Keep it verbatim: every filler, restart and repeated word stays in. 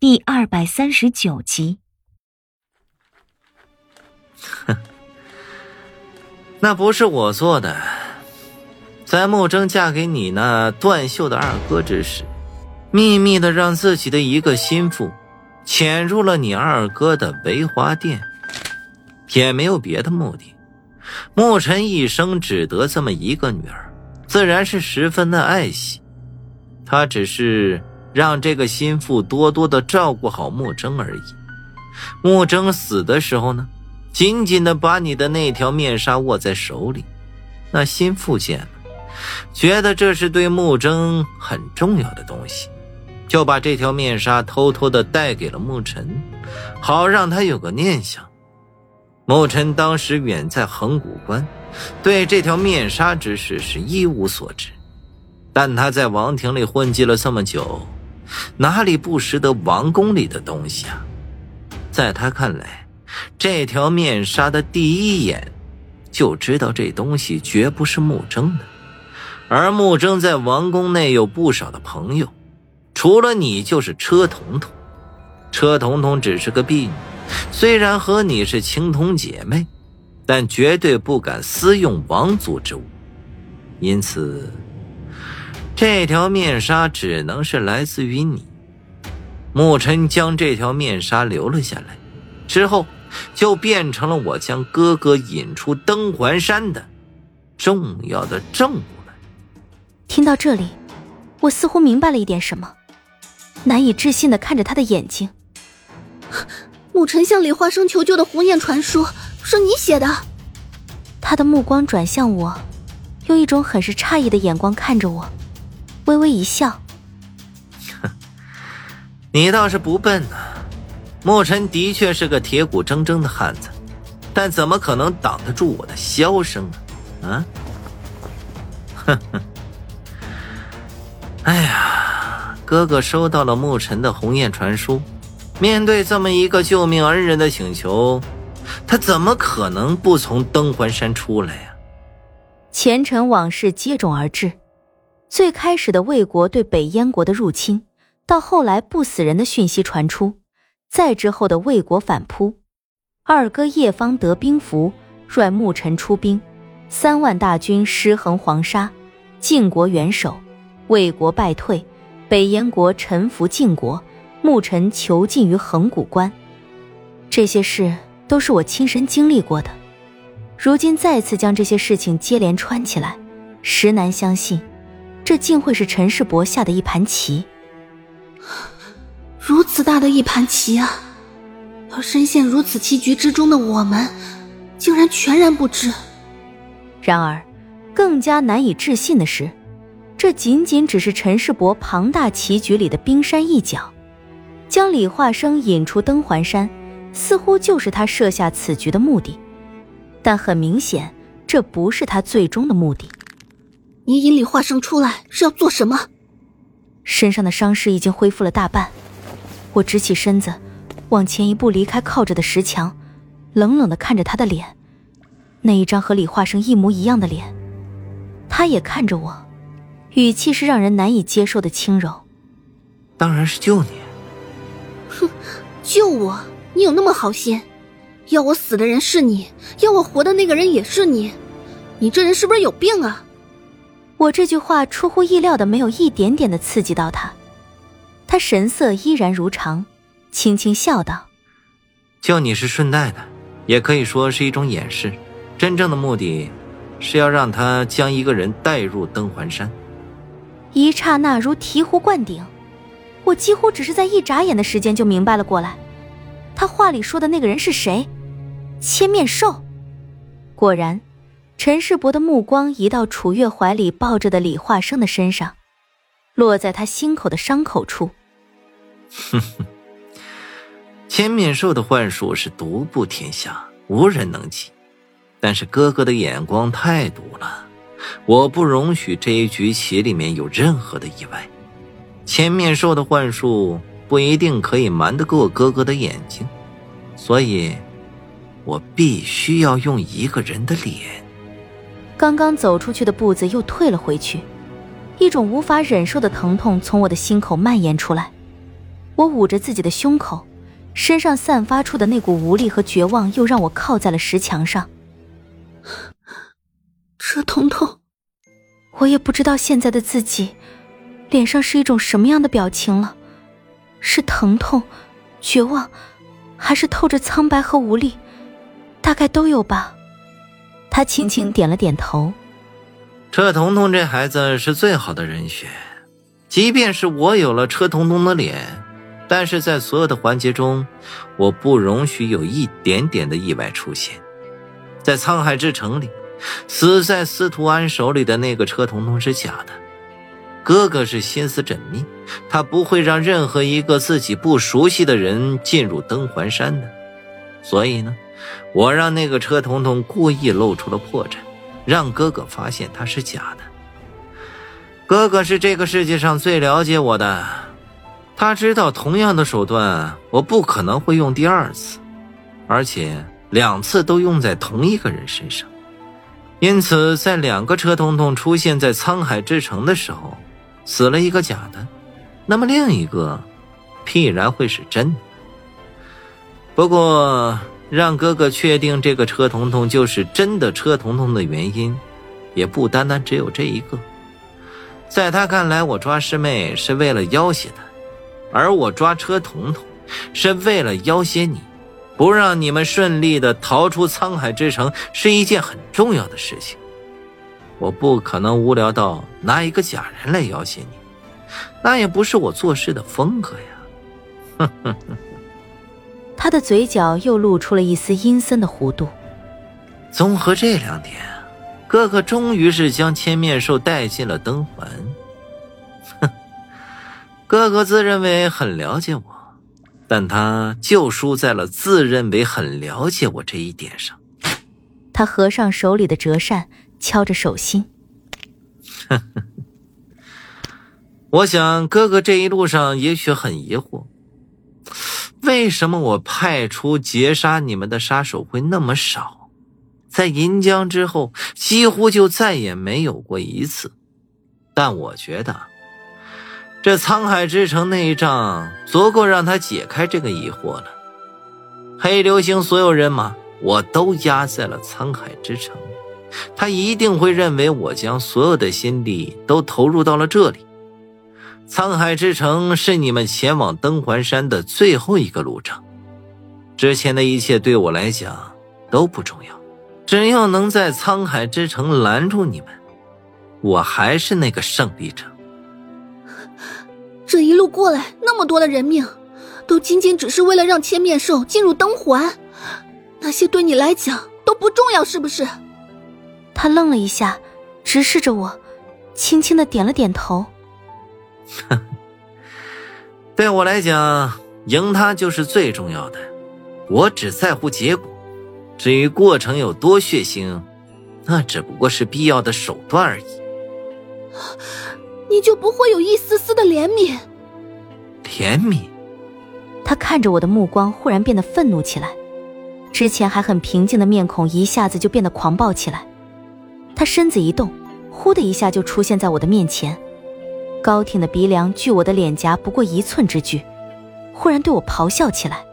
第二百三十九集。 哼，那不是我做的。在穆征嫁给你那断袖的二哥之时，秘密的让自己的一个心腹潜入了你二哥的维华殿，也没有别的目的。穆尘一生只得这么一个女儿，自然是十分的爱惜。他只是让这个心腹多多的照顾好穆征而已。穆征死的时候呢，紧紧的把你的那条面纱握在手里。那心腹见了，觉得这是对穆征很重要的东西，就把这条面纱偷偷的带给了穆尘，好让他有个念想。穆尘当时远在横古关，对这条面纱之事是一无所知，但他在王庭里混迹了这么久，哪里不识得王宫里的东西啊？在他看来，这条面纱的第一眼就知道这东西绝不是穆征的。而穆征在王宫内有不少的朋友，除了你就是车彤彤。车彤彤只是个婢女，虽然和你是情同姐妹，但绝对不敢私用王族之物。因此这条面纱只能是来自于你。穆尘将这条面纱留了下来，之后就变成了我将哥哥引出登环山的重要的证物了。 听到这里，我似乎明白了一点什么，难以置信地看着他的眼睛。 穆尘向李化生求救的鸿雁传书是你写的？ 他的目光转向我，用一种很是诧异的眼光看着我，微微一笑。 你倒是不笨啊，穆尘的确是个铁骨铮铮的汉子，但怎么可能挡得住我的箫声呢？啊？哼哼。哎呀，哥哥收到了穆尘的鸿雁传书，面对这么一个救命恩人的请求，他怎么可能不从登环山出来呀？ 前尘往事接踵而至，最开始的魏国对北燕国的入侵，到后来不死人的讯息传出，再之后的魏国反扑，二哥叶方得兵符，率穆尘出兵，三万大军尸横黄沙，晋国元首，魏国败退，北燕国臣服晋国，穆尘囚禁于横古关。这些事都是我亲身经历过的，如今再次将这些事情接连串起来，实难相信，这竟会是陈世伯下的一盘棋。 如此大的一盘棋啊，而深陷如此棋局之中的我们，竟然全然不知。 然而，更加难以置信的是，这仅仅只是陈世伯庞大棋局里的冰山一角。将李化生引出登环山，似乎就是他设下此局的目的，但很明显，这不是他最终的目的。 你引李化生出来是要做什么？ 身上的伤势已经恢复了大半，我直起身子，往前一步离开靠着的石墙，冷冷地看着他的脸，那一张和李化生一模一样的脸。他也看着我，语气是让人难以接受的轻柔。 当然是救你。 哼，救我？你有那么好心？要我死的人是你，要我活的那个人也是你，你这人是不是有病啊？ 我这句话出乎意料的没有一点点的刺激到他，他神色依然如常，轻轻笑道： 救你是顺带的，也可以说是一种掩饰，真正的目的是要让他将一个人带入登环山。 一刹那如醍醐灌顶，我几乎只是在一眨眼的时间就明白了过来，他话里说的那个人是谁？千面兽。果然，陈世伯的目光移到楚月怀里抱着的李化生的身上，落在他心口的伤口处。 哼哼，千面兽的幻术是独步天下，无人能及，但是哥哥的眼光太毒了，我不容许这一局棋里面有任何的意外。千面兽的幻术不一定可以瞒得过哥哥的眼睛，所以我必须要用一个人的脸。 刚刚走出去的步子又退了回去，一种无法忍受的疼痛从我的心口蔓延出来。 我捂着自己的胸口，身上散发出的那股无力和绝望又让我靠在了石墙上。 车彤彤， 我也不知道现在的自己脸上是一种什么样的表情了，是疼痛、绝望，还是透着苍白和无力，大概都有吧。他轻轻点了点头。 车彤彤这孩子是最好的人选，即便是我有了车彤彤的脸，但是在所有的环节中，我不容许有一点点的意外出现。在沧海之城里，死在司徒安手里的那个车彤彤是假的，哥哥是心思缜密，他不会让任何一个自己不熟悉的人进入登环山的。所以呢，我让那个车彤彤故意露出了破绽，让哥哥发现他是假的。哥哥是这个世界上最了解我的，他知道同样的手段我不可能会用第二次，而且两次都用在同一个人身上。因此在两个车彤彤出现在沧海之城的时候，死了一个假的，那么另一个必然会是真的。不过让哥哥确定这个车彤彤就是真的车彤彤的原因也不单单只有这一个。在他看来，我抓师妹是为了要挟他，而我抓车彤彤是为了要挟你，不让你们顺利的逃出沧海之城是一件很重要的事情。我不可能无聊到拿一个假人来要挟你，那也不是我做事的风格呀。哼哼哼。 他的嘴角又露出了一丝阴森的弧度。 综合这两点，哥哥终于是将千面兽带进了灯环。哼，哥哥自认为很了解我，但他就输在了自认为很了解我这一点上。 他合上手里的折扇，敲着手心。 呵呵，我想哥哥这一路上也许很疑惑，为什么我派出截杀你们的杀手会那么少？在银江之后几乎就再也没有过一次。但我觉得这沧海之城那一仗足够让他解开这个疑惑了。黑流星所有人马我都压在了沧海之城，他一定会认为我将所有的心力都投入到了这里。沧海之城是你们前往登环山的最后一个路程，之前的一切对我来讲都不重要，只要能在沧海之城拦住你们，我还是那个胜利者。 这一路过来那么多的人命，都仅仅只是为了让千面兽进入灯环，那些对你来讲都不重要是不是？ 他愣了一下，直视着我，轻轻地点了点头。 对我来讲，赢他就是最重要的，我只在乎结果，至于过程有多血腥，那只不过是必要的手段而已。 你就不会有一丝丝的怜悯？ 怜悯？ 他看着我的目光忽然变得愤怒起来，之前还很平静的面孔一下子就变得狂暴起来。他身子一动，呼的一下就出现在我的面前，高挺的鼻梁距我的脸颊不过一寸之距，忽然对我咆哮起来。